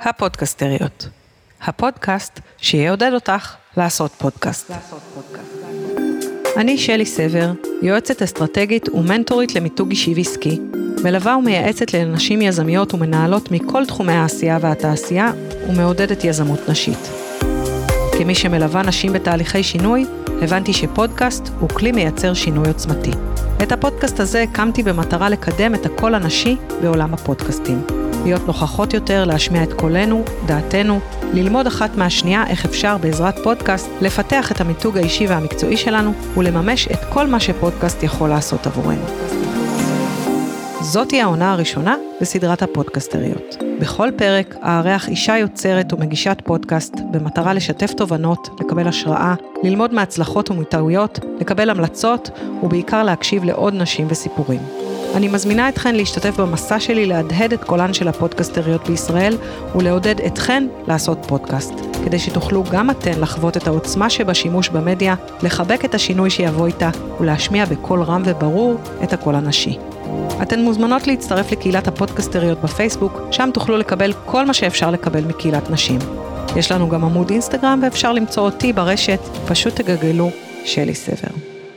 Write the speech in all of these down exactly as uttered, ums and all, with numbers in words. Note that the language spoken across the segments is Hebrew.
הפודקסטריות. הפודקאסט שיעודד אותך לעשות פודקאסט. אני שלי סבר, יועצת אסטרטגית ומנטורית למיתוג אישי ועסקי, מלווה ומייעצת לנשים יזמיות ומנהלות מכל תחומי העשייה והתעשייה ומעודדת יזמות נשית. כמי שמלווה נשים בתהליכי שינוי, הבנתי שפודקאסט הוא כלי מייצר שינוי עוצמתי. את הפודקאסט הזה הקמתי במטרה לקדם את הקול הנשי בעולם הפודקאסטים. להיות נוכחות יותר, להשמיע את קולנו, דעתנו, ללמוד אחת מהשנייה איך אפשר בעזרת פודקאסט לפתח את המיתוג האישי והמקצועי שלנו ולממש את כל מה שפודקאסט יכול לעשות עבורנו. זאת היא העונה הראשונה בסדרת הפודקסטריות. בכל פרק אארח אישה יוצרת ומגישת פודקאסט במטרה לשתף תובנות, לקבל השראה, ללמוד מהצלחות ומטעויות, לקבל המלצות ובעיקר להקשיב לעוד נשים וסיפורים. אני מזמינה אתכן להשתתף במסע שלי להדהד את קולן של הפודקסטריות בישראל ולעודד אתכן לעשות פודקאסט, כדי שתוכלו גם אתן לחוות את העוצמה שבשימוש במדיה, לחבק את השינוי שיבוא איתה ולהשמיע בקול רם וברור את הקול הנשי. אתן מוזמנות להצטרף לקהילת הפודקסטריות בפייסבוק, שם תוכלו לקבל כל מה שאפשר לקבל מקהילת נשים. יש לנו גם עמוד אינסטגרם ואפשר למצוא אותי ברשת, פשוט תגגלו שלי סבר.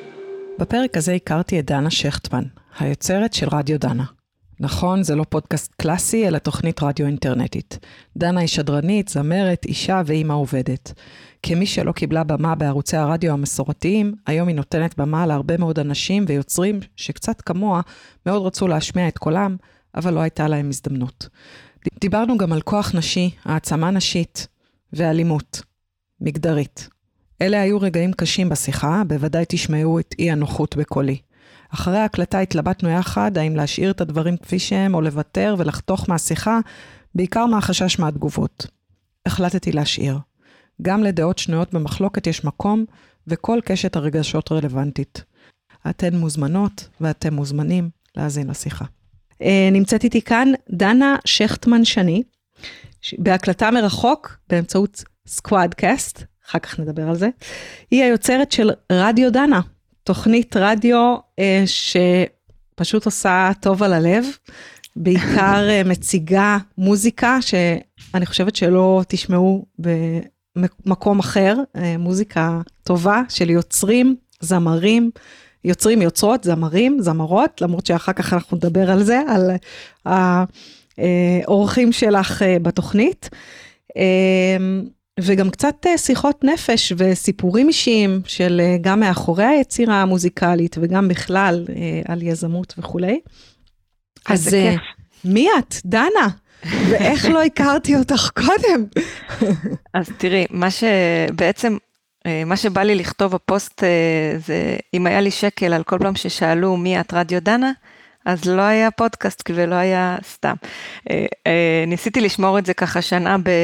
בפרק הזה הכרתי את דנה שכטמן, היוצרת של רדיו דנה. נכון, זה לא פודקאסט קלאסי, אלא תוכנית רדיו אינטרנטית. דנה היא שדרנית, זמרת, אישה ואימא עובדת. כמי שלא קיבלה במה בערוצי הרדיו המסורתיים, היום היא נותנת במה להרבה מאוד אנשים ויוצרים שקצת כמוה מאוד רצו להשמיע את קולם, אבל לא הייתה להם הזדמנות. דיברנו גם על כוח נשי, העצמה נשית ואלימות, מגדרית. אלה היו רגעים קשים בשיחה, בוודאי תשמעו את אי הנוחות בקולי. אחרי ההקלטה התלבטנו יחד, האם להשאיר את הדברים כפי שהם או לוותר ולחתוך מהשיחה, בעיקר מהחשש מהתגובות. החלטתי להשאיר. גם לדעות שנויות במחלוקת יש מקום, וכל קשת הרגשות רלוונטית. אתן מוזמנות ואתם מוזמנים להאזין לשיחה. נמצאת איתי כאן דנה שכטמן שני, בהקלטה מרחוק באמצעות סקוואדקאסט, אחר כך נדבר על זה. היא היוצרת של רדיו דנה, תוכנית רדיו אה, שפשוט עושה טוב על הלב, בעיקר אה, מציגה מוזיקה שאני חושבת שלא תשמעו במקום אחר, אה, מוזיקה טובה של יוצרים, זמרים, יוצרים, יוצרות, זמרים, זמרות, למרות שאחר כך אנחנו נדבר על זה, על האורחים שלך אה, בתוכנית. אה, וגם קצת שיחות נפש וסיפורים אישיים של גם מאחורי היצירה המוזיקלית וגם בכלל על יזמות וכולי. אז מי את, דנה? ואיך לא הכרתי אותך קודם? אז תראי, מה שבעצם, מה שבא לי לכתוב בפוסט זה, אם היה לי שקל על כל פעם ששאלו מי את רדיו דנה, אז לא היה פודקאסט ולא היה סתם. ניסיתי לשמור את זה ככה שנה ב...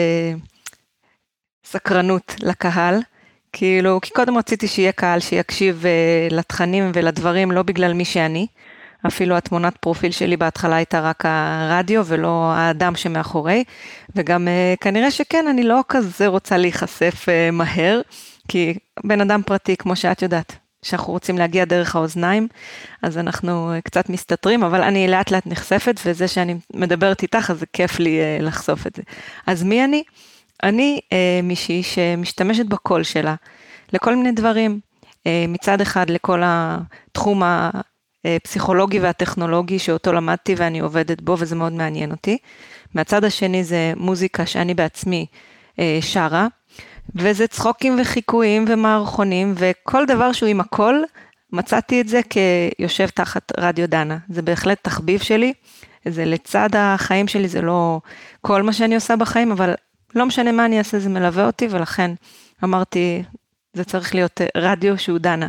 סקרנות לקהל, כאילו, כי קודם רציתי שיהיה קהל שיקשיב uh, לתכנים ולדברים, לא בגלל מי שאני, אפילו התמונת פרופיל שלי בהתחלה הייתה רק הרדיו, ולא האדם שמאחורי, וגם uh, כנראה שכן, אני לא כזה רוצה להיחשף uh, מהר, כי בן אדם פרטי, כמו שאת יודעת, שאנחנו רוצים להגיע דרך האוזניים, אז אנחנו uh, קצת מסתתרים, אבל אני לאט לאט נחשפת, וזה שאני מדברת איתך, אז זה כיף לי uh, לחשוף את זה. אז מי אני? אני אה, מישהי שמשתמשת בקול שלה, לכל מיני דברים, אה, מצד אחד לכל התחום הפסיכולוגי והטכנולוגי שאותו למדתי ואני עובדת בו וזה מאוד מעניין אותי, מהצד השני זה מוזיקה שאני בעצמי אה, שרה, וזה צחוקים וחיקויים ומערכונים וכל דבר שהוא עם הקול, מצאתי את זה כיושב תחת רדיו דנה, זה בהחלט תחביב שלי, זה לצד החיים שלי, זה לא כל מה שאני עושה בחיים, אבל לא משנה מה אני אעשה, זה מלווה אותי, ולכן אמרתי, זה צריך להיות רדיו שהוא דנה.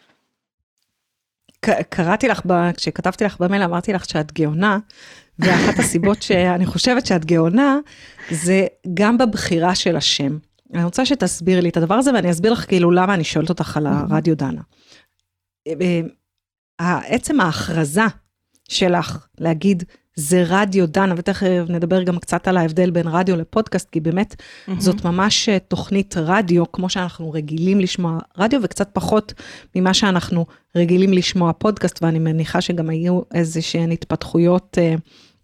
קראתי לך, כשכתבתי לך במייל, אמרתי לך שאת גאונה, ואחת הסיבות שאני חושבת שאת גאונה, זה גם בבחירה של השם. אני רוצה שתסביר לי את הדבר הזה, ואני אסביר לך כאילו למה אני שואלת אותך על הרדיו דנה. עצם ההכרזה שלך להגיד, זה רדיו דנה, ותכף נדבר גם קצת על ההבדל בין רדיו לפודקאסט, כי באמת mm-hmm. זאת ממש תוכנית רדיו, כמו שאנחנו רגילים לשמוע רדיו, וקצת פחות ממה שאנחנו רגילים לשמוע פודקאסט, ואני מניחה שגם היו איזה שהן התפתחויות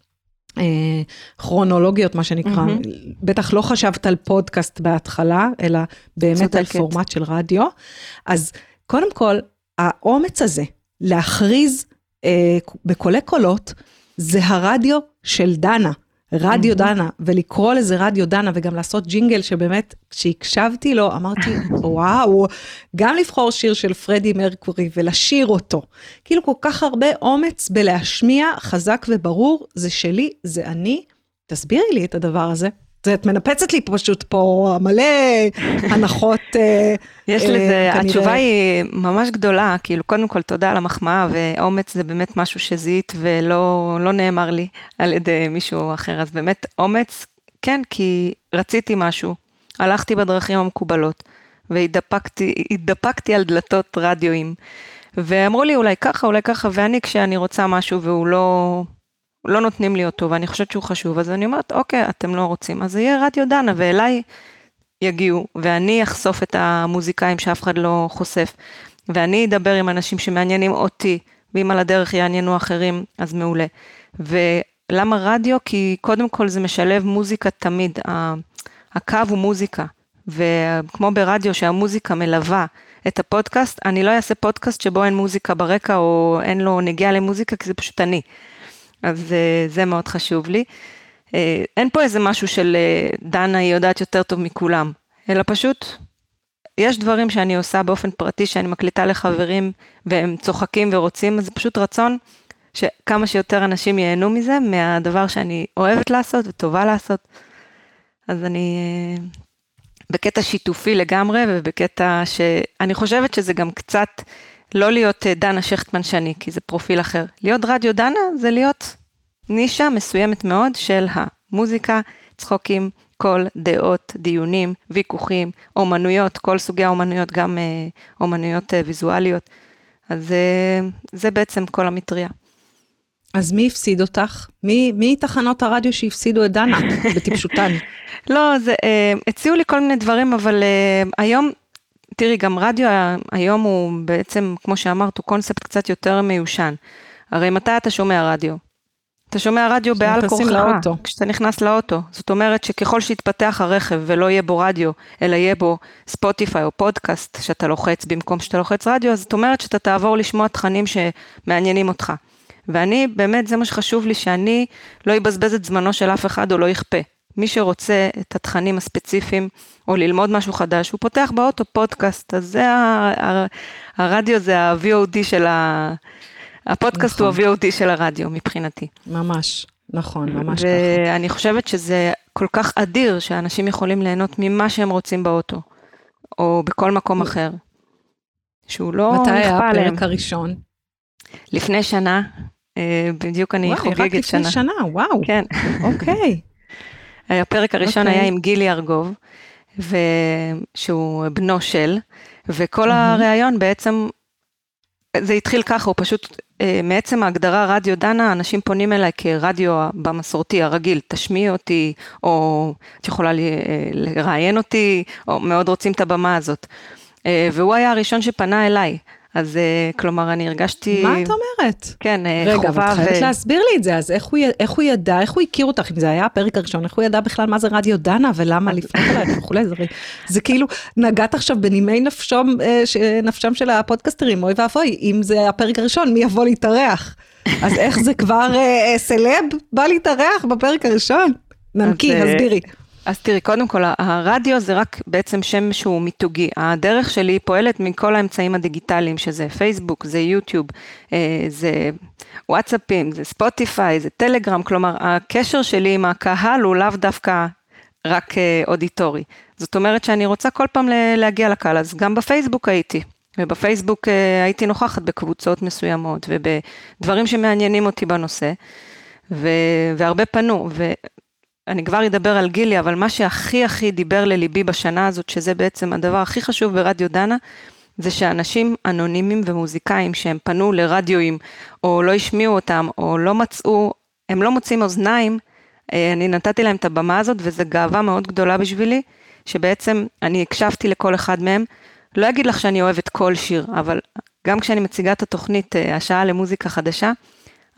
כרונולוגיות, מה שנקרא. בטח לא חשבת על פודקאסט בהתחלה, אלא באמת על פורמט של רדיו. אז קודם כל, האומץ הזה, להכריז בקולי קולות, זה הרדיו של דנה. רדיו דנה, ולקרוא לזה רדיו דנה, וגם לעשות ג'ינגל שבאמת, כשהקשבתי לו, אמרתי, וואו, גם לבחור שיר של פרדי מרקורי, ולשיר אותו. כאילו כל כך הרבה אומץ בלהשמיע, חזק וברור, זה שלי, זה אני. תסבירי לי את הדבר הזה. את מנפצת לי פשוט פה מלא הנחות. יש לזה, התשובה היא ממש גדולה, כאילו קודם כל תודה על המחמאה, ואומץ זה באמת משהו שזיהית ולא לא נאמר לי על ידי מישהו אחר, אז באמת אומץ, כן, כי רציתי משהו, הלכתי בדרכים המקובלות, והתדפקתי על דלתות רדיואים, ואמרו לי אולי ככה, אולי ככה, ואני כשאני רוצה משהו והוא לא... לא נותנים לי אותו, ואני חושבת שהוא חשוב, אז אני אומרת, אוקיי, אתם לא רוצים, אז זה יהיה רדיו דנה, ואליי יגיעו, ואני אחשוף את המוזיקאים שאף אחד לא חושף, ואני אדבר עם אנשים שמעניינים אותי, ואם על הדרך יעניינו אחרים, אז מעולה. ולמה רדיו? כי קודם כל זה משלב מוזיקה תמיד, הקו הוא מוזיקה, וכמו ברדיו שהמוזיקה מלווה את הפודקאסט, אני לא אעשה פודקאסט שבו אין מוזיקה ברקע, או אין לו נגיעה למוזיקה, כי זה פשוט אני. אז זה מאוד חשוב לי. אין פה איזה משהו של דנה היא יודעת יותר טוב מכולם, אלא פשוט יש דברים שאני עושה באופן פרטי, שאני מקליטה לחברים והם צוחקים ורוצים, אז זה פשוט רצון שכמה שיותר אנשים ייהנו מזה, מהדבר שאני אוהבת לעשות וטובה לעשות. אז אני בקטע שיתופי לגמרי, ובקטע שאני חושבת שזה גם קצת לא להיות דנה שכטמן שני, כי זה פרופיל אחר. להיות רדיו דנה זה להיות נישה מסוימת מאוד של המוזיקה, צחוקים, כל דעות, דיונים, ויכוחים, אומנויות, כל סוגי האומנויות, גם אומנויות ויזואליות. אז זה, זה בעצם כל המטריה. אז מי הפסיד אותך? מי, מי תחנות הרדיו שהפסידו את דנה בטיפשותן? לא, זה, הציעו לי כל מיני דברים, אבל היום... תראי, גם רדיו היום הוא בעצם, כמו שאמרת, הוא קונספט קצת יותר מיושן. הרי מתי אתה שומע רדיו? אתה שומע רדיו בעל כורחך, כשאתה נכנס לאוטו. זאת אומרת שככל שהתפתח הרכב ולא יהיה בו רדיו, אלא יהיה בו ספוטיפיי או פודקאסט שאתה לוחץ במקום שאתה לוחץ רדיו, אז זאת אומרת שאתה תעבור לשמוע תכנים שמעניינים אותך. ואני, באמת, זה מה שחשוב לי, שאני לא יבזבז את זמנו של אף אחד או לא יכפה. מי שרוצה את התכנים הספציפיים, או ללמוד משהו חדש, הוא פותח באוטו פודקאסט, אז זה הרדיו, זה ה-וי או די של ה... הפודקאסט הוא ה-וי או די של הרדיו, מבחינתי. ממש, נכון, ממש ככה. ואני חושבת שזה כל כך אדיר, שאנשים יכולים ליהנות ממה שהם רוצים באוטו, או בכל מקום אחר. שהוא לא נכפה עליהם. מתי היה הפרק הראשון? לפני שנה, בדיוק אני חוגגת שנה. רק לפני שנה, וואו. כן. אוקיי. הפרק הראשון היה עם גילי ארגוב, שהוא בנו של, וכל הרעיון בעצם, זה התחיל ככה, הוא פשוט, מעצם ההגדרה רדיו דנה, אנשים פונים אליי כרדיו במסורתי הרגיל, תשמיע אותי, או את יכולה לראיין אותי, או מאוד רוצים את הבמה הזאת. והוא היה הראשון שפנה אליי, אז כלומר אני הרגשתי... מה את אומרת? כן, רגע, אבל חייבת להסביר לי את זה, אז איך הוא, איך הוא ידע, איך הוא הכיר אותך, אם זה היה הפרק הראשון, איך הוא ידע בכלל מה זה רדיו דנה, ולמה לפנות עליי וכולי, זה, זה כאילו נגעת עכשיו בנימי נפשם, נפשם של הפודקסטרים, אוי ואבוי, אם זה הפרק הראשון, מי יבוא להתארח? אז איך זה כבר סלב בא להתארח בפרק הראשון? נמקי, הסבירי. אז תראי, קודם כל, הרדיו זה רק בעצם שם שהוא מיתוגי. הדרך שלי פועלת מכל האמצעים הדיגיטליים, שזה פייסבוק, זה יוטיוב, זה וואטסאפים, זה ספוטיפיי, זה טלגרם, כלומר, הקשר שלי עם הקהל הוא לאו דווקא רק אודיטורי. זאת אומרת שאני רוצה כל פעם להגיע לקהל, אז גם בפייסבוק הייתי, ובפייסבוק הייתי נוכחת בקבוצות מסוימות, ובדברים שמעניינים אותי בנושא, והרבה פנו, ו... אני כבר אדבר על גילי, אבל מה שהכי הכי דיבר לליבי בשנה הזאת, שזה בעצם הדבר הכי חשוב ברדיו דנה, זה שאנשים אנונימיים ומוזיקאים שהם פנו לרדיואים, או לא השמיעו אותם, או לא מצאו, הם לא מוצאים אוזניים, אני נתתי להם את הבמה הזאת, וזו גאווה מאוד גדולה בשבילי, שבעצם אני הקשבתי לכל אחד מהם, לא אגיד לך שאני אוהבת כל שיר, אבל גם כשאני מציגה את התוכנית, השעה למוזיקה חדשה,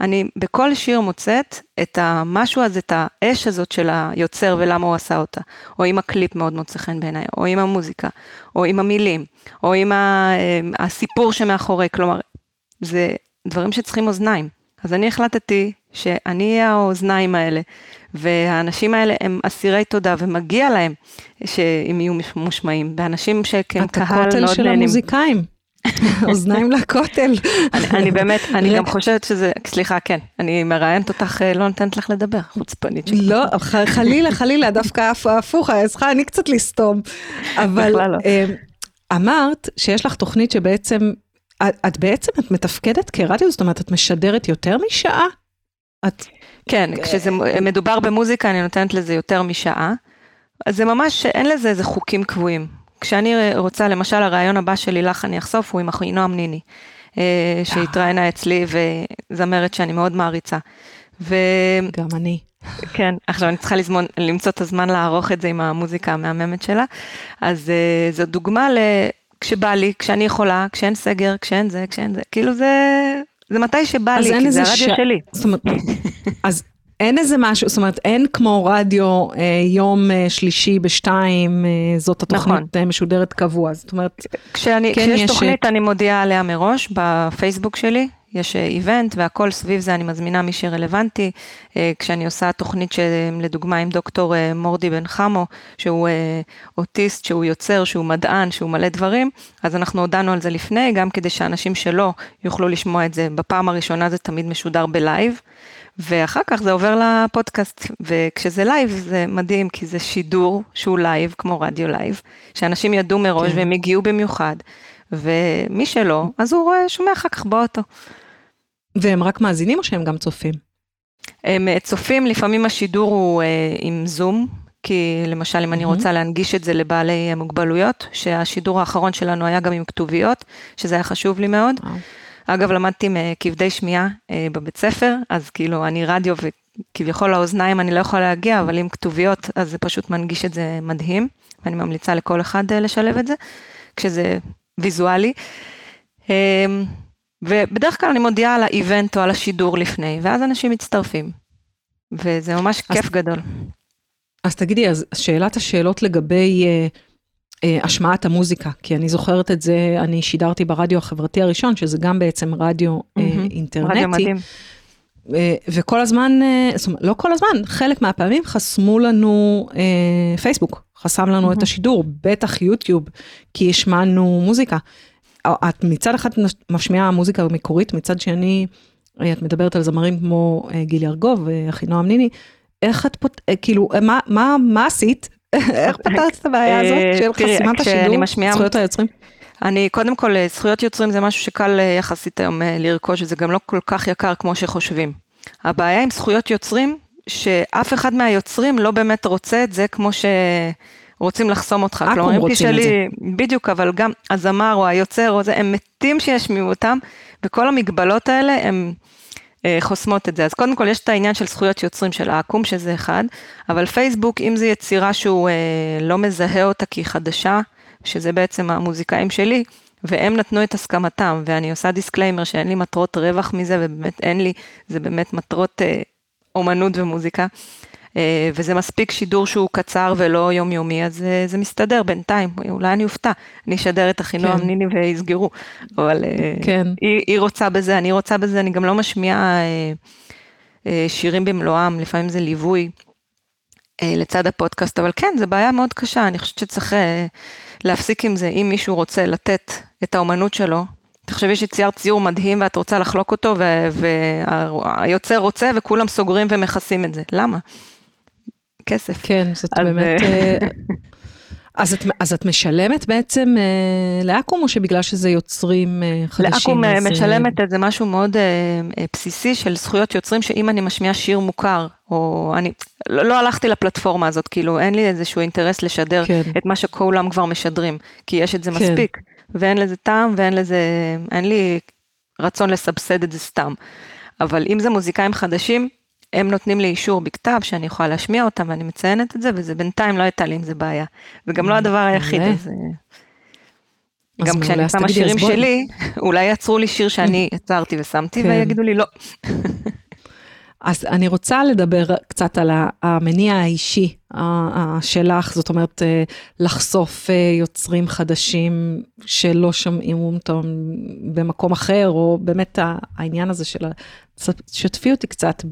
אני בכל שיר מוצאת את המשהו הזה, את האש הזאת של היוצר ולמה הוא עשה אותה, או אם הקליפ מאוד מוצא חן בעיניי, או עם המוזיקה, או עם המילים, או עם הסיפור שמאחורי, כלומר, זה דברים שצריכים אוזניים. אז אני החלטתי שאני אהיה האוזניים האלה, והאנשים האלה הם אסירי תודה, ומגיע להם שהם יהיו מושמעים, באנשים שכם קהל מאוד נהנים. את הכותל של המוזיקאים, אוזניים לכותל. אני, אני באמת, אני גם חושבת שזה, סליחה, כן, אני מראיינת אותך, לא נותנת לך לדבר, חוצפנית. לא, חלילה, חלילה, דווקא הפוך, צריכה אני קצת לסתום. אבל אמרת שיש לך תוכנית שבעצם, את בעצם, את מתפקדת כרדיו, זאת אומרת, את משדרת יותר משעה? את... כן, כשזה מדובר במוזיקה, אני נותנת לזה יותר משעה. אז זה ממש, אין לזה איזה חוקים קבועים. כשאני רוצה, למשל, הרעיון הבא שלי לך, אני אחשוף, הוא עם אחינועם ניני, שהתראיינה אצלי, וזמרת שאני מאוד מעריצה. ו... גם אני. כן, עכשיו אני צריכה לזמון, למצוא את הזמן לערוך את זה עם המוזיקה המהממת שלה. אז זו דוגמה ל... כשבא לי, כשאני יכולה, כשאין סגר, כשאין זה, כשאין זה, כאילו זה, זה מתי שבא לי, כי זה הרדיו ש... שלי. זאת אומרת, אז אין איזה משהו, זאת אומרת, אין כמו רדיו אה, יום אה, שלישי בשתיים, אה, זאת התוכנית נכון. אה, משודרת קבוע, זאת אומרת, כשאני, כן כשיש יש... תוכנית אני מודיעה עליה מראש, בפייסבוק שלי, יש איבנט, והכל סביב זה אני מזמינה מי שרלוונטי, כשאני עושה תוכנית שלדוגמה עם דוקטור מורדי בן חמו, שהוא אוטיסט, שהוא יוצר, שהוא מדען, שהוא מלא דברים, אז אנחנו הודענו על זה לפני, גם כדי שאנשים שלא יוכלו לשמוע את זה, בפעם הראשונה זה תמיד משודר בלייב, ואחר כך זה עובר לפודקאסט, וכשזה לייב זה מדהים, כי זה שידור שהוא לייב, כמו רדיו לייב, שאנשים ידעו מראש והם הגיעו במיוחד, ומי שלא, אז הוא רואה, שומע אחר כך באוטו. והם רק מאזינים או שהם גם צופים? הם צופים, לפעמים השידור הוא אה, עם זום, כי למשל אם אני רוצה להנגיש את זה לבעלי מוגבלויות, שהשידור האחרון שלנו היה גם עם כתוביות, שזה היה חשוב לי מאוד. אגב, למדתי עם כבדי שמיעה אה, בבית ספר, אז כאילו אני רדיו וכביכול לאוזניים אני לא יכולה להגיע, אבל עם כתוביות, אז זה פשוט מנגיש את זה מדהים, ואני ממליצה לכל אחד אה, לשלב את זה, כשזה ויזואלי. אה, ובדרך כלל אני מודיעה על האיבנט או על השידור לפני, ואז אנשים מצטרפים. וזה ממש כיף גדול. אז תגידי, אז שאלת השאלות לגבי אה, אה, השמעת המוזיקה, כי אני זוכרת את זה, אני שידרתי ברדיו החברתי הראשון, שזה גם בעצם רדיו אה, אינטרנטי. רדיו מדהים. אה, וכל הזמן, אה, זאת אומרת, לא כל הזמן, חלק מהפעמים חסמו לנו אה, פייסבוק, חסם לנו את השידור, בטח יוטיוב, כי השמענו מוזיקה. את מצד אחד משמיעה מוזיקה מקורית, מצד שני, את מדברת על זמרים כמו גילי ארגוב ואחינועם ניני, איך את פות... כאילו, מה, מה, מה עשית? איך פתרת את הבעיה הזאת של חסימת השידור, זכויות היוצרים? אני, קודם כל, זכויות יוצרים זה משהו שקל יחסית היום לרכוש, וזה גם לא כל כך יקר כמו שחושבים. הבעיה עם זכויות יוצרים, שאף אחד מהיוצרים לא באמת רוצה את זה כמו ש... רוצים לחסום אותך, כלומר, אם תשאלי, בדיוק, אבל גם הזמר או היוצר, או זה, הם מתים שישמיעו אותם, וכל המגבלות האלה, הם אה, חוסמות את זה. אז קודם כל, יש את העניין של זכויות יוצרים של העקום, שזה אחד, אבל פייסבוק, אם זה יצירה שהוא אה, לא מזהה אותה כי היא חדשה, שזה בעצם המוזיקאים שלי, והם נתנו את הסכמתם, ואני עושה דיסקליימר שאין לי מטרות רווח מזה, ובאמת אין לי, זה באמת מטרות אה, אומנות ומוזיקה, וזה מספיק שידור שהוא קצר ולא יומיומי, אז זה, זה מסתדר בינתיים, אולי אני אופתע, אני אשדר את אחינועם כן. ניני ויסגרו, אבל כן. היא, היא רוצה בזה, אני רוצה בזה, אני גם לא משמיעה שירים במלואם, לפעמים זה ליווי לצד הפודקאסט, אבל כן, זה בעיה מאוד קשה, אני חושבת שצריך להפסיק עם זה, אם מישהו רוצה לתת את האומנות שלו, תחשבי שציירת ציור מדהים ואת רוצה לחלוק אותו, והיוצר רוצה וכולם סוגרים ומכסים את זה, למה? כסף. כן, זאת באמת... אז את, אז את משלמת בעצם אה, לאקום, או שבגלל שזה יוצרים אה, חדשים? לאקום אז... משלמת את זה משהו מאוד אה, בסיסי של זכויות יוצרים, שאם אני משמיעה שיר מוכר, או אני לא, לא הלכתי לפלטפורמה הזאת, כאילו אין לי איזשהו אינטרס לשדר כן. את מה שכולם כבר משדרים, כי יש את זה כן. מספיק, ואין לזה טעם, ואין לזה, אין לי רצון לסבסד את זה סתם. אבל אם זה מוזיקאים חדשים, הם נותנים לי אישור בכתב שאני יכולה להשמיע אותם, ואני מציינת את זה, וזה בינתיים לא הייתה לי אם זה בעיה. וגם לא הדבר היחיד. גם כשאני שמה שירים שלי, אולי יצרו לי שיר שאני יצרתי ושמתי, ויגידו לי לא. אז אני רוצה לדבר קצת על המניע האישי שלך, זאת אומרת, לחשוף יוצרים חדשים שלא שומעים אותם במקום אחר, או באמת העניין הזה של, שתפי אותי קצת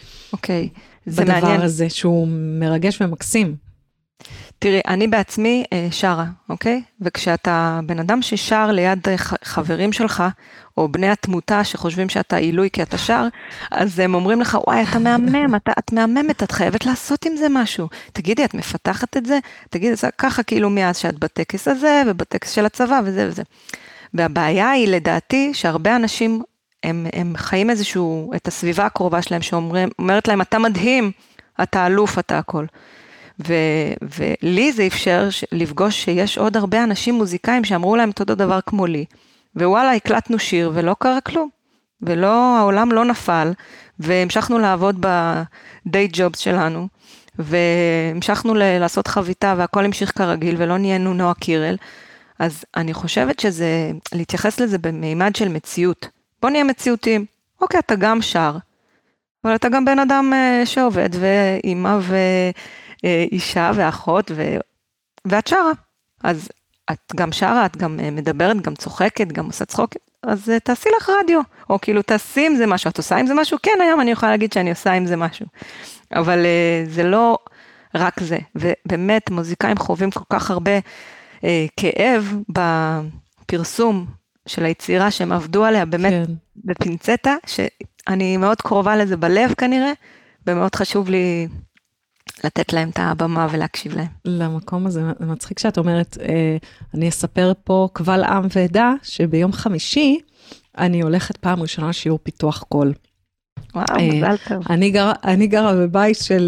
בדבר הזה, שהוא מרגש ומקסים. תראי, אני בעצמי שרה, אוקיי? וכשאתה בן אדם ששר ליד חברים שלך, או בני התמותה שחושבים שאתה עילוי כי אתה שר, אז הם אומרים לך, וואי, אתה מהמם, אתה, את מהממת, את חייבת לעשות עם זה משהו. תגידי, את מפתחת את זה? תגידי, זה ככה כאילו מאז שאת בטקס הזה, ובטקס של הצבא, וזה וזה. והבעיה היא, לדעתי, שהרבה אנשים, הם, הם חיים איזשהו, את הסביבה הקרובה שלהם, שאומרת להם, אתה מדהים, אתה אלוף, אתה הכל. ו- ולי זה אפשר לפגוש שיש עוד הרבה אנשים מוזיקאים שאמרו להם אותו דבר כמו לי, ווואלה, הקלטנו שיר ולא קרה כלום, ולא, העולם לא נפל, והמשכנו לעבוד ב-day jobs שלנו, והמשכנו ל- לעשות חביתה, והכל המשיך כרגיל, ולא נהיינו נועה קירל. אז אני חושבת שזה, להתייחס לזה במימד של מציאות. בוא נהיה מציאותיים. אוקיי, אתה גם שר, אבל אתה גם בן אדם שעובד, ואימא ו... אישה ואחות, ו... ואת שרה. אז את גם שרה, את גם מדברת, גם צוחקת, גם עושה צחוק, אז תעשי לך רדיו, או כאילו תעשי עם זה משהו, את עושה עם זה משהו? כן, היום אני יכולה להגיד שאני עושה עם זה משהו. אבל זה לא רק זה, ובאמת מוזיקאים חווים כל כך הרבה אה, כאב בפרסום של היצירה, שהם עבדו עליה באמת כן. בפינצטה, שאני מאוד קרובה לזה בלב כנראה, ומאוד חשוב לי... לתת להם את הבמה ולהקשיב להם. למקום הזה, זה מצחיק שאת אומרת, אני אספר פה קבל עם ועדה, שביום חמישי, אני הולכת פעם ראשונה שיעור פיתוח קול. וואו, מזל טוב. אני גרה, אני גרה בבית של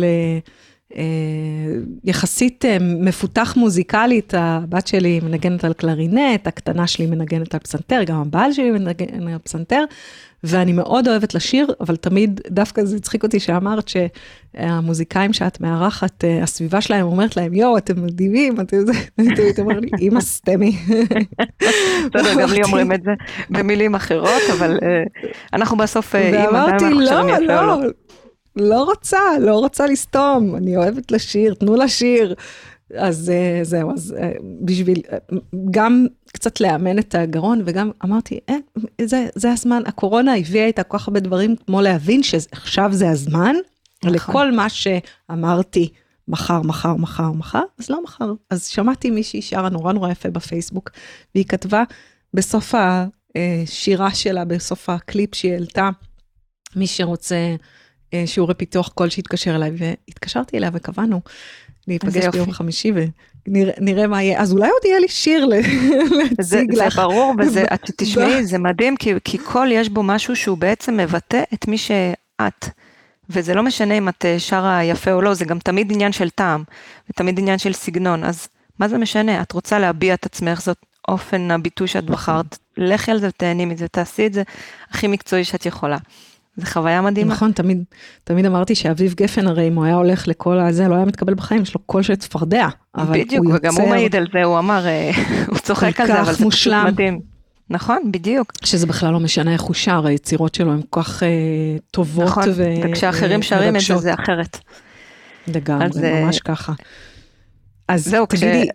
יחסית מפותח מוזיקלית, הבת שלי מנגנת על קלרינט, הקטנה שלי מנגנת על פסנתר, גם הבעל שלי מנגן על פסנתר, ואני מאוד אוהבת לשיר, אבל תמיד דווקא זה הצחיק אותי שאמרת שהמוזיקאים שאת מארחת, הסביבה שלהם אומרת להם, יו, אתם מדהימים, אתם זה, אתה אומר לי, אמא סטמי. בסדר, גם לי אומרים את זה במילים אחרות, אבל אנחנו בסוף אמא, ואמרתי, לא, לא, לא רוצה, לא רוצה לסתום, אני אוהבת לשיר, תנו לשיר. אז זהו, אז בשביל, גם קצת לאמן את הגרון, וגם אמרתי, אה, זה, זה הזמן, הקורונה הביאה איתה כל כך הרבה דברים, כמו להבין שעכשיו זה הזמן, לכל מה שאמרתי, מחר, מחר, מחר, מחר, אז לא מחר. אז שמעתי מישהי שרה נורא נורא יפה בפייסבוק, והיא כתבה בסוף השירה שלה, בסוף הקליפ שהיא העלתה, מי שרוצה שיעורי פיתוח קול שהתקשר אליי, והתקשרתי אליה וקבענו, להיפגש ביום חמישי ונראה מה יהיה. אז אולי עוד יהיה לי שיר להציג לך. זה ברור, ואת תשמעי, זה מדהים, כי קול יש בו משהו שהוא בעצם מבטא את מי שאת. וזה לא משנה אם את שרה יפה או לא, זה גם תמיד עניין של טעם, ותמיד עניין של סגנון. אז מה זה משנה? את רוצה להביע את עצמך, זאת אופן הביטוי שאת בחרת. לכי על זה ותהני מזה, תעשי את זה הכי מקצועי שאת יכולה. זה חוויה מדהימה. נכון, תמיד, תמיד אמרתי שאביב גפן הרי, אם הוא היה הולך לכל הזה, לא היה מתקבל בחיים, יש לו קול של צפרדע. בדיוק, וגם הוא מעיד על זה, הוא אמר, הוא צוחק על זה, אבל זה פשוט מדהים. נכון, בדיוק. שזה בכלל לא משנה איך הוא שר, היצירות שלו הן כל כך טובות נכון, וכשאחרים שרים את זה, זה אחרת. לגמרי, ממש ככה. אז תגידי,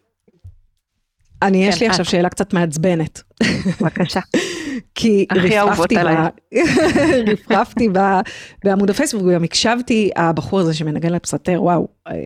אני, יש לי עכשיו שאלה קצת מעצבנת. בבקשה. כי רפרפתי, רפרפתי בעמוד הפייסבוק, וגם הקשבתי, הבחור הזה שמנגן לפסנתר, וואו,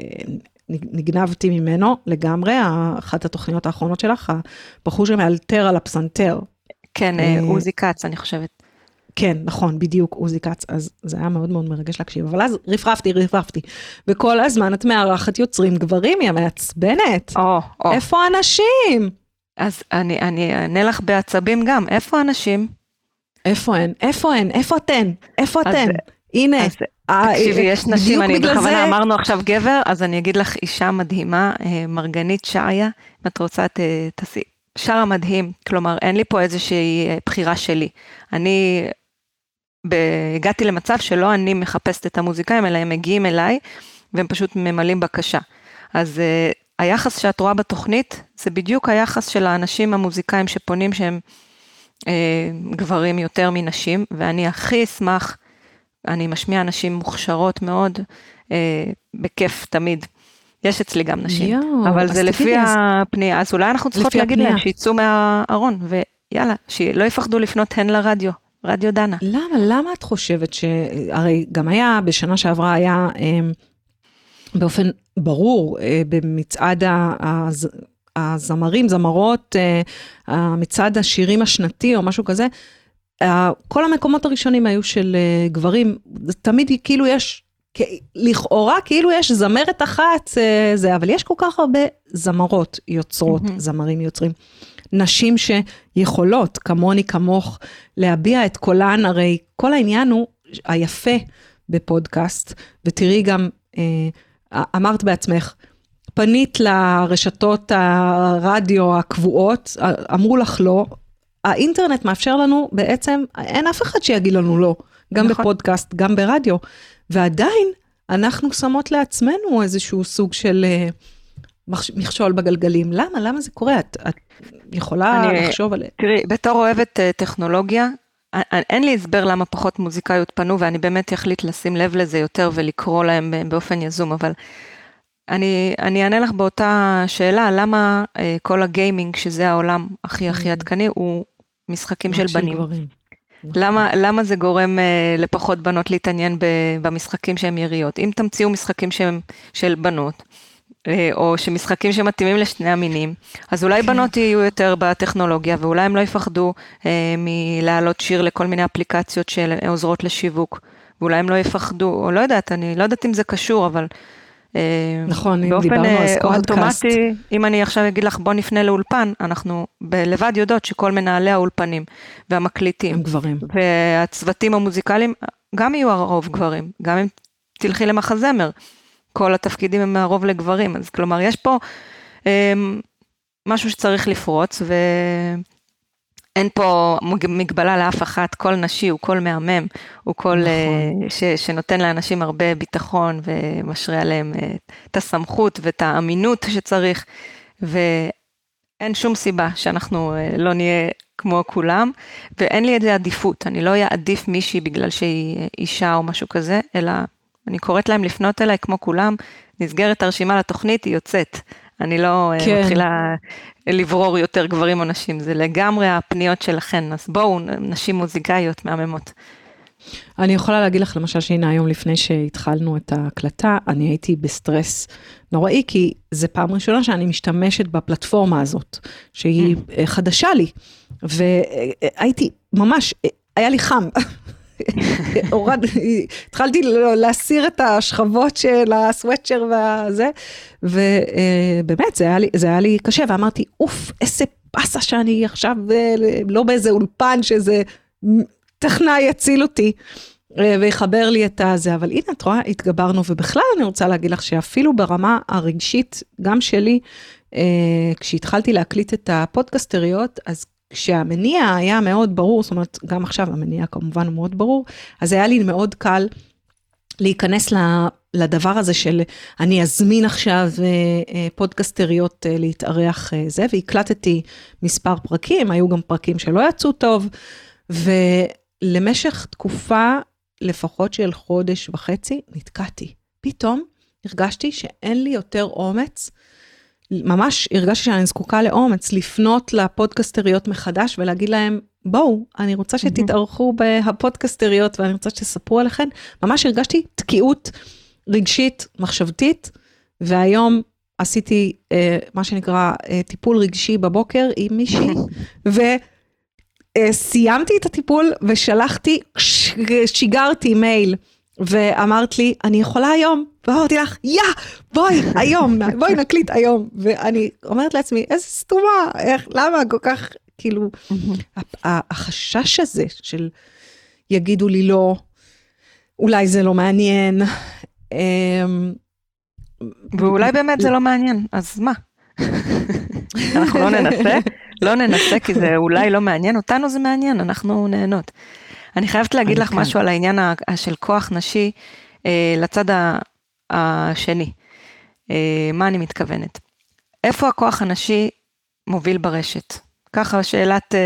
נגנבתי ממנו לגמרי, אחת התוכניות האחרונות שלך, הבחור שמאלתר על הפסנתר. כן, עוזי קץ, אני חושבת. כן, נכון, בדיוק, עוזי קץ, אז זה היה מאוד מאוד מרגש להקשיב, אבל אז רפרפתי, רפרפתי, וכל הזמן את מארחת יוצרים גברים, היא מעצבנת. או, או. איפה האנשים? אז אני, אני אענה לך בעצבים גם, איפה האנשים? איפה הן? איפה הן? איפה אתן? איפה אתן? הנה. תקשיבי, יש נשים, אני בכוונה אמרנו עכשיו גבר, אז אני אגיד לך אישה מדהימה, מרגנית שעיה, אם את רוצה, תעשי, שרה מדהים, כלומר, אין לי פה איזושהי בחירה שלי. אני הגעתי למצב שלא אני מחפשת את המוזיקאים, אלא הם מגיעים אליי, והם פשוט ממלאים בקשה. אז היחס שאת רואה בתוכנית, זה בדיוק היחס של האנשים המוזיקאים שפונים שהם אה, גברים יותר מנשים, ואני הכי אשמח, אני משמיע אנשים מוכשרות מאוד, אה, בכיף תמיד. יש אצלי גם נשים, יו, אבל זה לפי הפנייה, אז אולי אנחנו צריכות להגיד להם שיצאו מהארון, ויאללה, שלא יפחדו לפנות הן לרדיו, רדיו דנה. למה? למה את חושבת ש... הרי גם היה, בשנה שעברה היה, באופן ברור, במצעד הזמרים, זמרות, מצעד השירים השנתי או משהו כזה, כל המקומות הראשונים היו של גברים, תמיד כאילו יש, לכאורה כאילו יש זמרת אחת, זה, אבל יש כל כך הרבה זמרות יוצרות, mm-hmm. זמרים יוצרים, נשים שיכולות, כמוני כמוך, להביע את קולן, הרי כל העניין הוא היפה בפודקאסט, ותראי גם, אמרת בעצמך, פנית לרשתות הרדיו הקבועות, אמרו לך לא, האינטרנט מאפשר לנו בעצם, אין אף אחד שיגיד לנו לא, גם נכון. בפודקאסט, גם ברדיו, ועדיין אנחנו שמות לעצמנו איזשהו סוג של מכשול בגלגלים. למה? למה זה קורה? את, את יכולה אני, לחשוב עליה? תראי, בתור אוהבת טכנולוגיה, אין לי הסבר למה פחות מוזיקאיות פנו, ואני באמת יחליט לשים לב לזה יותר ולקרוא להם באופן יזום, אבל אני, אני אענה לך באותה שאלה, למה כל הגיימינג, שזה העולם הכי הכי עדכני, הוא משחקים של בנים. למה, למה זה גורם uh, לפחות בנות להתעניין במשחקים שהם יריות? אם תמציאו משחקים שהם של בנות, uh, או שמשחקים שמתאימים לשני המינים, אז אולי כן. בנות יהיו יותר בטכנולוגיה, ואולי הם לא יפחדו uh, מלהעלות שיר לכל מיני אפליקציות שעוזרות לשיווק, ואולי הם לא יפחדו, או לא יודעת, אני לא יודעת אם זה קשור, אבל... נכון, אם דיברנו על פודקאסט. אם אני עכשיו אגיד לך, בוא נפנה לאולפן, אנחנו בלבד יודעות שכל מנהלי האולפנים והמקליטים, הם גברים. והצוותים המוזיקליים, גם יהיו הרוב גברים, גם אם תלכי למחזמר, כל התפקידים הם הרוב לגברים, אז כלומר, יש פה משהו שצריך לפרוץ, ו... אין פה מגבלה לאף אחת, כל נשי הוא כל מהמם, הוא כל נכון. ש, שנותן לאנשים הרבה ביטחון ומשרה עליהם את הסמכות ואת האמינות שצריך, ואין שום סיבה שאנחנו לא נהיה כמו כולם, ואין לי את זה עדיפות, אני לא אעדיף מישהי בגלל שהיא אישה או משהו כזה, אלא אני קוראת להם לפנות אליי כמו כולם, נסגרת הרשימה לתוכנית, היא יוצאת. אני לא כן. מתחילה לברור יותר גברים או נשים, זה לגמרי הפניות שלכן, אז בואו, נשים מוזיקאיות מהממות. אני יכולה להגיד לך, למשל שהנה היום לפני שהתחלנו את ההקלטה, אני הייתי בסטרס נוראי, כי זה פעם ראשונה שאני משתמשת בפלטפורמה הזאת, שהיא חדשה לי, והייתי ממש, היה לי חם, הורד, התחלתי להסיר את השכבות של הסוואצ'ר והזה, ובאמת זה היה לי, זה היה לי קשה, ואמרתי, אוף, איזה פסה שאני עכשיו, לא באיזה אולפן, שזה טכנאי יציל אותי, ויחבר לי את הזה, אבל הנה את רואה, התגברנו, ובכלל אני רוצה להגיד לך, שאפילו ברמה הרגשית, גם שלי, כשהתחלתי להקליט את הפודקסטריות, אז כשהמניע היה מאוד ברור, זאת אומרת, גם עכשיו המניע כמובן הוא מאוד ברור, אז היה לי מאוד קל להיכנס לדבר הזה של, אני אזמין עכשיו פודקסטריות להתארח זה, והקלטתי מספר פרקים, היו גם פרקים שלא יצאו טוב, ולמשך תקופה, לפחות של חודש וחצי, נתקעתי. פתאום הרגשתי שאין לי יותר אומץ, ממש הרגשתי שאני זקוקה לאומץ, לפנות לפודקסטריות מחדש, ולהגיד להם, בואו, אני רוצה שתתארחו בהפודקסטריות, ואני רוצה שתספרו עליכן, ממש הרגשתי תקיעות רגשית, מחשבתית, והיום עשיתי אה, מה שנקרא אה, טיפול רגשי בבוקר עם מישהי, וסיימתי את הטיפול, ושלחתי, שיגרתי מייל, ואמרת לי, אני יכולה היום, ואמרתי לך, יא, בואי, היום, בואי נקליט היום, ואני אומרת לעצמי, איזה סתומה, איך, למה כל כך, כאילו, החשש הזה של, יגידו לי לא, אולי זה לא מעניין, ואולי באמת זה לא מעניין, אז מה? אנחנו לא ננסה, לא ננסה, כי זה אולי לא מעניין, אותנו זה מעניין, אנחנו נהנות. אני חייבת להגיד לך משהו על העניין של כוח נשי לצד השני. מה אני מתכוונת? איפה הכוח הנשי מוביל ברשת? ככה שאלת,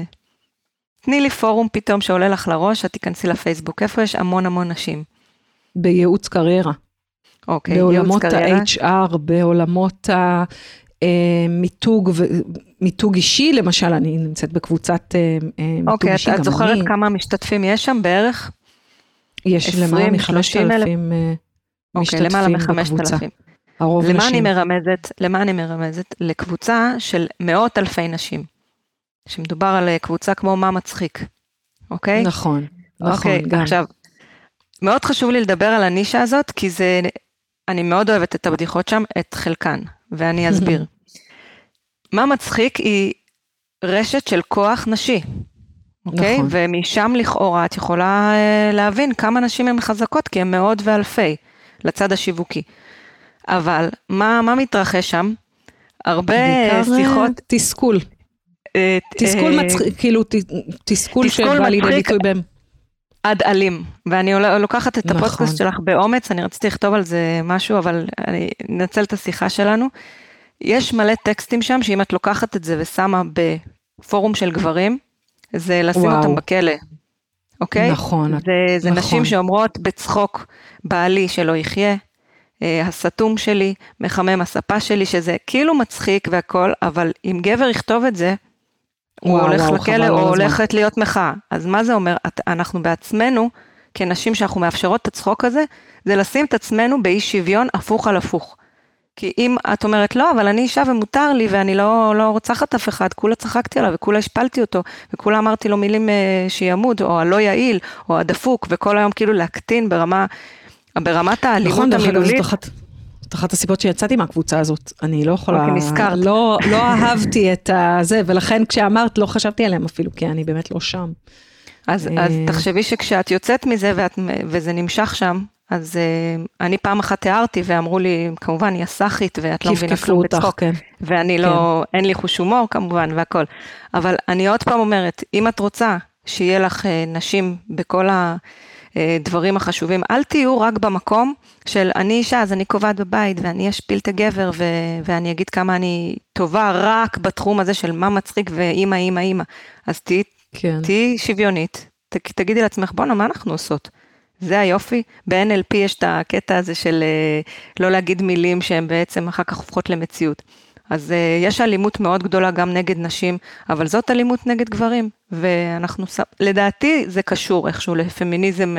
תני לי פורום פתאום שעולה לך לראש, את תיכנסי לפייסבוק, איפה יש המון המון נשים? בייעוץ קריירה. אוקיי, בעולמות ה-אייץ' אר, בעולמות המיתוג, מיתוג אישי, למשל, אני נמצאת בקבוצת מיתוג אישי. אוקיי, את זוכרת כמה משתתפים יש שם בערך? יש למעלה מחמשת אלפים משתתפים למעלה מחמשת אלפים. הרוב נשים. למה אני מרמזת? למה אני מרמזת? לקבוצה של מאות אלפי נשים. שמדובר על קבוצה כמו מה מצחיק. אוקיי? נכון, נכון. אוקיי, גם. עכשיו, מאוד חשוב לי לדבר על הנישה הזאת, כי זה, אני מאוד אוהבת את הבדיחות שם, את חלקן, ואני אסביר. מה מצחיק היא רשת של כוח נשי. אוקיי? נכון. ומשם לכאורה את יכולה להבין כמה נשים הן חזקות, כי הן מאות ואלפי לצד השיווקי. אבל מה, מה מתרחש שם? הרבה שיחות... תסכול. תסכול מצחיק, כאילו תסכול שבא לידי ביטוי בהם. עד אלים, ואני לוקחת את הפודקאסט שלך באומץ, אני רציתי לכתוב על זה משהו, אבל אני אנצל את השיחה שלנו. יש מלא טקסטים שם, שאם את לוקחת את זה ושמה בפורום של גברים, זה לשים אותם בכלא. אוקיי? נכון. זה, זה נכון. נשים שאומרות בצחוק, בעלי שלא יחיה, הסתום שלי, מחמם הספה שלי, שזה כאילו מצחיק והכל, אבל אם גבר יכתוב את זה, הוא וואו, הולך וואו, לכלא או הולכת להיות מחאה. אז מה זה אומר? אנחנו בעצמנו, כנשים שאנחנו מאפשרות את הצחוק הזה, זה לשים את עצמנו באי שוויון הפוך על הפוך. כי אם את אומרת, לא, אבל אני אישה ומותר לי, ואני לא, לא רוצחת אף אחד, כולה צחקתי עליו, וכולה השפלתי אותו, וכולה אמרתי לו מילים שימוד, או הלא יעיל, או הדפוק, וכל היום כאילו להקטין ברמה, ברמת האלימות המילולית. נכון, זאת אחת הסיבות שיצאתי מהקבוצה הזאת, אני לא יכולה, נזכרת. לא, לא אהבתי את זה, ולכן כשאמרת לא חשבתי עליהם אפילו, כי אני באמת לא שם. אז, אז תחשבי שכשאת יוצאת מזה, ואת, וזה נמשך שם, אז אני פעם אחת תיארתי, ואמרו לי, כמובן, היא הסחית, ואת לא מבינה כלום בצחוק, כן. ואני לא, כן. אין לי חוש הומור כמובן, והכל. אבל אני עוד פעם אומרת, אם את רוצה שיהיה לך נשים בכל הדברים החשובים, אל תהיו רק במקום של אני אישה, אז אני קובעת בבית, ואני אשפיל את הגבר, ו- ואני אגיד כמה אני טובה רק בתחום הזה של מה מצחיק, ואימא, אימא, אימא. אז תהי, כן. תהי שוויונית, ת, תגידי לעצמך, בואו, מה אנחנו עושות? זה היופי, ב-אן אל פי יש את הקטע הזה של לא להגיד מילים שהן בעצם אחר כך הופכות למציאות. אז יש אלימות מאוד גדולה גם נגד נשים, אבל זאת אלימות נגד גברים, ואנחנו, לדעתי זה קשור איכשהו לפמיניזם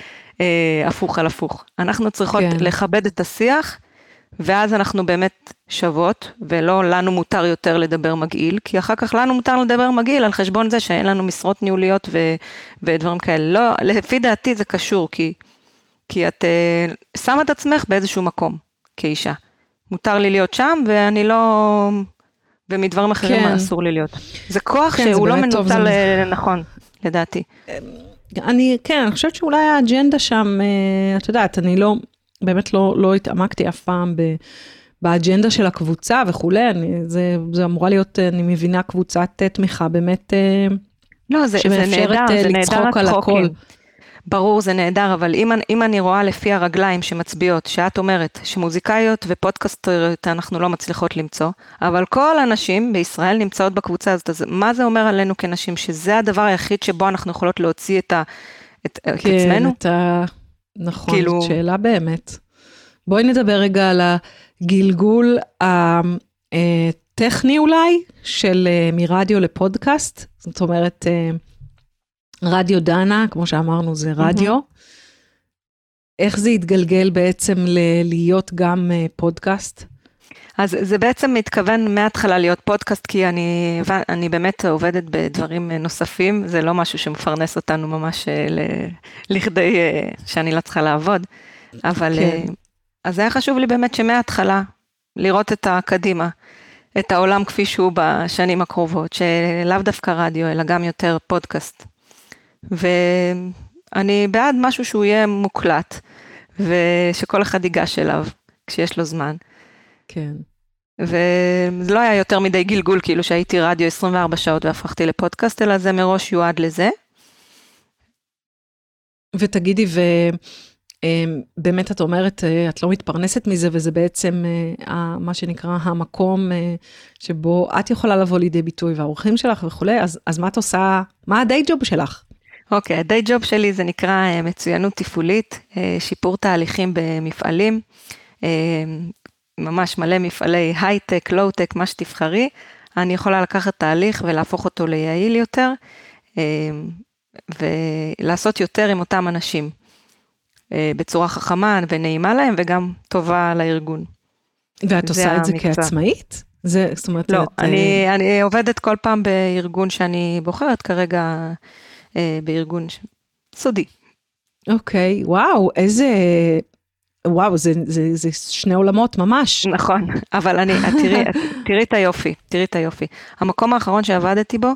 הפוך על הפוך. אנחנו צריכות כן. לכבד את השיח, ואז אנחנו באמת שוות, ולא לנו מותר יותר לדבר מגעיל, כי אחר כך לנו מותר לדבר מגעיל, על חשבון זה שאין לנו משרות ניהוליות ו, ודברים כאלה. לא, לפי דעתי זה קשור, כי, כי את uh, שמה את עצמך באיזשהו מקום, כאישה. מותר לי להיות שם, ואני לא, ומדברים אחרים כן. אסור לי להיות. זה כוח כן, שהוא זה לא מנוצל זה... נכון, לדעתי. אני, כן, אני חושבת שאולי האג'נדה שם, את יודעת, אני לא... באמת לא, לא התעמקתי אף פעם באג'נדה של הקבוצה וכולי, אני, זה, זה אמורה להיות, אני מבינה, קבוצת תמיכה באמת, לא, זה, שמאפשרת זה נהדר, לצחוק על הכל. ברור, זה נהדר, אבל אם, אם אני רואה לפי הרגליים שמצביעות, שאת אומרת שמוזיקאיות ופודקאסטריות אנחנו לא מצליחות למצוא, אבל כל הנשים בישראל נמצאות בקבוצה הזאת, אז מה זה אומר עלינו כנשים? שזה הדבר היחיד שבו אנחנו יכולות להוציא את, ה, את, כן, את עצמנו? את ה... נכון, כאילו... זאת שאלה באמת. בואי נדבר רגע על הגלגול הטכני אולי, של מרדיו לפודקאסט, זאת אומרת, רדיו דנה, כמו שאמרנו, זה רדיו. איך זה יתגלגל בעצם להיות גם פודקאסט? אז זה בעצם מתכוון מההתחלה להיות פודקאסט, כי אני, אני באמת עובדת בדברים נוספים, זה לא משהו שמפרנס אותנו ממש ל, לכדי שאני לא צריכה לעבוד, אבל כן. אז היה חשוב לי באמת שמההתחלה לראות את הקדימה, את העולם כפי שהוא בשנים הקרובות, שלאו דווקא רדיו, אלא גם יותר פודקאסט. ואני בעד משהו שהוא יהיה מוקלט, ושכל אחד ייגש אליו כשיש לו זמן. כן. וזה לא היה יותר מדי גלגול, כאילו שהייתי רדיו עשרים וארבע שעות והפכתי לפודקאסט, אלא זה מראש יועד לזה. ותגידי, באמת את אומרת, את לא מתפרנסת מזה, וזה בעצם מה שנקרא המקום שבו את יכולה לבוא לידי ביטוי, והאורחים שלך וכו', אז, אז מה את עושה, מה הדיי ג'וב שלך? אוקיי, הדיי ג'וב שלי זה נקרא מצוינות תפעולית, שיפור תהליכים במפעלים, ממש מלא מפעלי הייטק, לואו-טק, מה שתבחרי, אני יכולה לקחת תהליך ולהפוך אותו ליעיל יותר, ולעשות יותר עם אותם אנשים, בצורה חכמה ונעימה להם, וגם טובה לארגון. ואת עושה את זה כעצמאית? זה, זאת אומרת, לא, את... אני, אני עובדת כל פעם בארגון שאני בוחרת, כרגע בארגון סודי. אוקיי, וואו, איזה... וואו, זה, זה, זה שני עולמות ממש. נכון, אבל אני, תראי, תראי את היופי, תראי את היופי. המקום האחרון שעבדתי בו,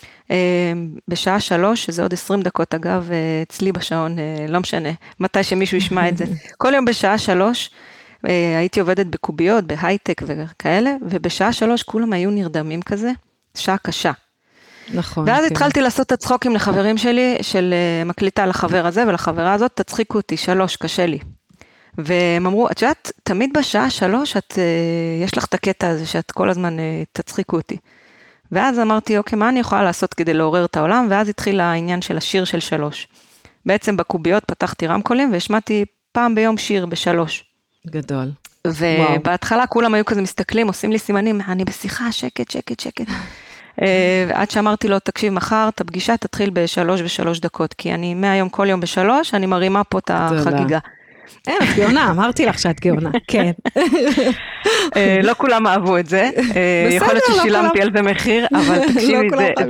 בשעה שלוש, שזה עוד עשרים דקות, אגב, אצלי בשעון, לא משנה, מתי שמישהו ישמע את זה. כל יום בשעה שלוש, הייתי עובדת בקוביות, בהייטק וכאלה, ובשעה שלוש כולם היו נרדמים כזה, שעה קשה. נכון. ואז כן. התחלתי לעשות את הצחוקים לחברים שלי, של מקליטה לחבר הזה ולחברה הזאת, תצחיקו אותי, שלוש, קשה לי. והם אמרו, את יודעת, תמיד בשעה שלוש, את, יש לך את הקטע הזה, שאת כל הזמן תצחיקו אותי. ואז אמרתי, אוקיי, מה אני יכולה לעשות כדי לעורר את העולם? ואז התחיל העניין של השיר של שלוש. בעצם בקוביות פתחתי רמקולים, והשמעתי פעם ביום שיר בשלוש. גדול. ובהתחלה כולם היו כזה מסתכלים, עושים לי סימנים, אני בשיחה, שקט, שקט, שקט. עד שאמרתי לו, תקשיב, מחר, את הפגישה תתחיל בשלוש ושלוש דקות, כי אני מהיום כל יום בשלוש, אני מרימה פה את החגיגה. אין, את גאונה, אמרתי לך שאת גאונה, כן. לא כולם אהבו את זה, יכול להיות ששילמתי על זה מחיר, אבל תקשיבי,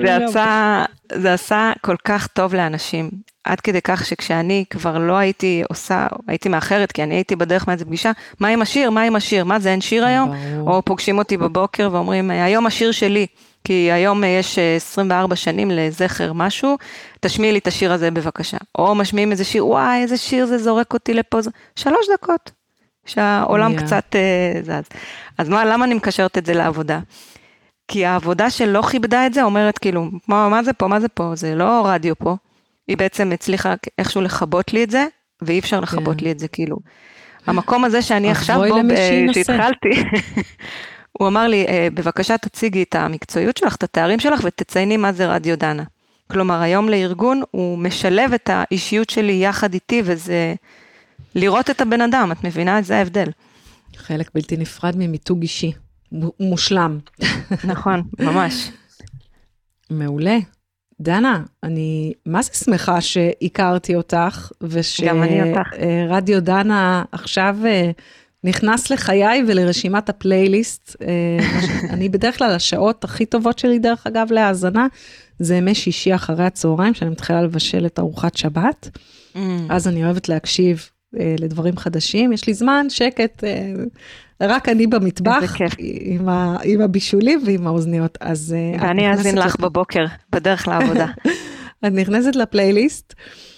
זה עשה כל כך טוב לאנשים, עד כדי כך שכשאני כבר לא הייתי עושה, הייתי מאחרת, כי אני הייתי בדרך מאיזה פגישה, מה עם השיר, מה עם השיר, מה זה, אין שיר היום? או פוגשים אותי בבוקר ואומרים, היום השיר שלי, כי היום יש עשרים וארבע שנים לזכר משהו, תשמיעי לי את השיר הזה בבקשה. או משמיעים איזה שיר, וואי, איזה שיר זה זורק אותי לפה, שלוש דקות, שהעולם yeah. קצת uh, זז. אז מה, למה אני מקשרת את זה לעבודה? כי העבודה שלא כיבדה את זה, אומרת כאילו, מה, מה זה פה, מה זה פה, זה לא רדיו פה. היא בעצם הצליחה איכשהו לחבות לי את זה, ואי אפשר לחבות yeah. לי את זה, כאילו. המקום הזה שאני עכשיו בו, שהתחלתי, הוא אמר לי, בבקשה תציגי את המקצועיות שלך, את התארים שלך, ותצייני מה זה רדיו דנה. כלומר, היום לארגון, הוא משלב את האישיות שלי יחד איתי, וזה לראות את הבן אדם, את מבינה את זה ההבדל. חלק בלתי נפרד ממיתוג אישי, מושלם. נכון, ממש. מעולה. דנה, אני מה זה שמחה שהכרתי אותך, ושרדיו דנה עכשיו נכנס לחיי ולרשימת הפלייליסט. אני בדרך כלל, השעות הכי טובות שלי, דרך אגב, להאזנה, זה ימי שישי אחרי הצהריים, שאני מתחילה לבשל את ארוחת שבת. אז אני אוהבת להקשיב לדברים חדשים. יש לי זמן, שקט, רק אני במטבח, עם, ה, עם הבישולים ועם האוזניות. אז ואני אזין לך לת... בבוקר, בדרך לעבודה. את נכנסת לפלייליסט,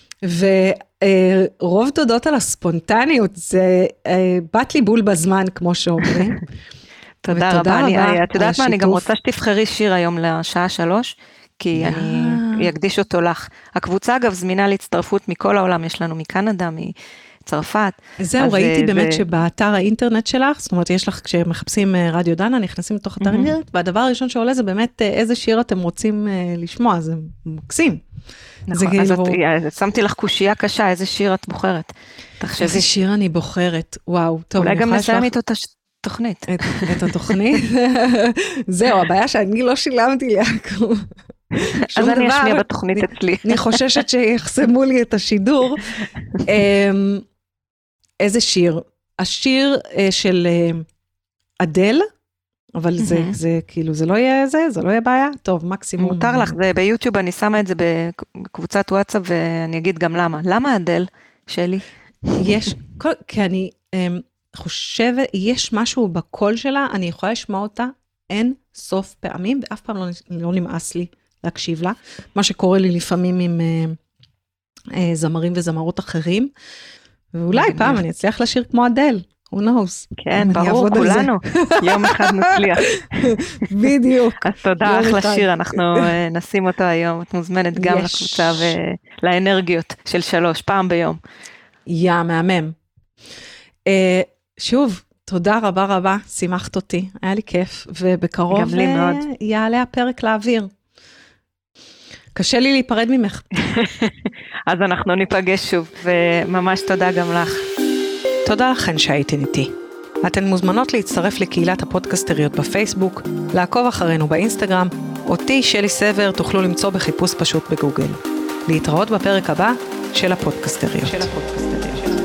ורוב תודות על הספונטניות, זה בת לי בול בזמן, כמו שאומרים. תודה רבה, אני, את יודעת מה, אני גם רוצה שתבחרי שיר היום לשעה שלוש, כי אני אקדיש אותו לך. הקבוצה אגב זמינה להצטרפות מכל העולם, יש לנו מקנדה, מצרפת. זהו, ראיתי באמת שבאתר האינטרנט שלך, זאת אומרת, יש לך, כשמחפשים רדיו דנה, נכנסים לתוך אתר האינטרנט, והדבר הראשון שעולה זה באמת איזה שיר אתם רוצים לשמוע, זה מקסים. נכון, אז שמתי לך קושייה קשה, איזה שיר את בוחרת? תחשבי. איזה שיר אני בוחרת, וואו. אולי גם נסיים איתו את התוכנית. את התוכנית? זהו, הבעיה שאני לא שילמתי לי הכל. אז אני אשמיע בתוכנית אצלי. אני חוששת שיחסמו לי את השידור. איזה שיר? השיר של אדל, אבל זה כאילו, זה לא יהיה זה, זה לא יהיה בעיה. טוב, מקסימום. מותר לך, זה ביוטיוב, אני שמה את זה בקבוצת וואטסאפ, ואני אגיד גם למה. למה אדל, שלי? יש, כי אני חושבת, יש משהו בקול שלה, אני יכולה לשמוע אותה אין סוף פעמים, ואף פעם לא, לא נמאס לי להקשיב לה, מה שקורה לי לפעמים עם אה, אה, זמרים וזמרות אחרים, ואולי פעם אני אצליח לשיר כמו אדל, who knows. כן, ברור, כולנו, יום אחד נצליח. בדיוק. אז תודה לך לשיר, אנחנו נשים אותו היום, את מוזמנת גם לקבוצה ולאנרגיות של שלוש, פעם ביום. יא, מהמם. שוב, תודה רבה רבה, שימחת אותי, היה לי כיף, ובקרוב יעלה הפרק לאוויר. קשה לי להיפרד ממך. אז אנחנו ניפגש שוב, וממש תודה גם לך. תודה לכן שהייתן איתי. אתן מוזמנות להצטרף לקהילת הפודקסטריות בפייסבוק, לעקוב אחרינו באינסטגרם, אותי, שלי סבר, תוכלו למצוא בחיפוש פשוט בגוגל. להתראות בפרק הבא של הפודקסטריות. של הפודקסטריות.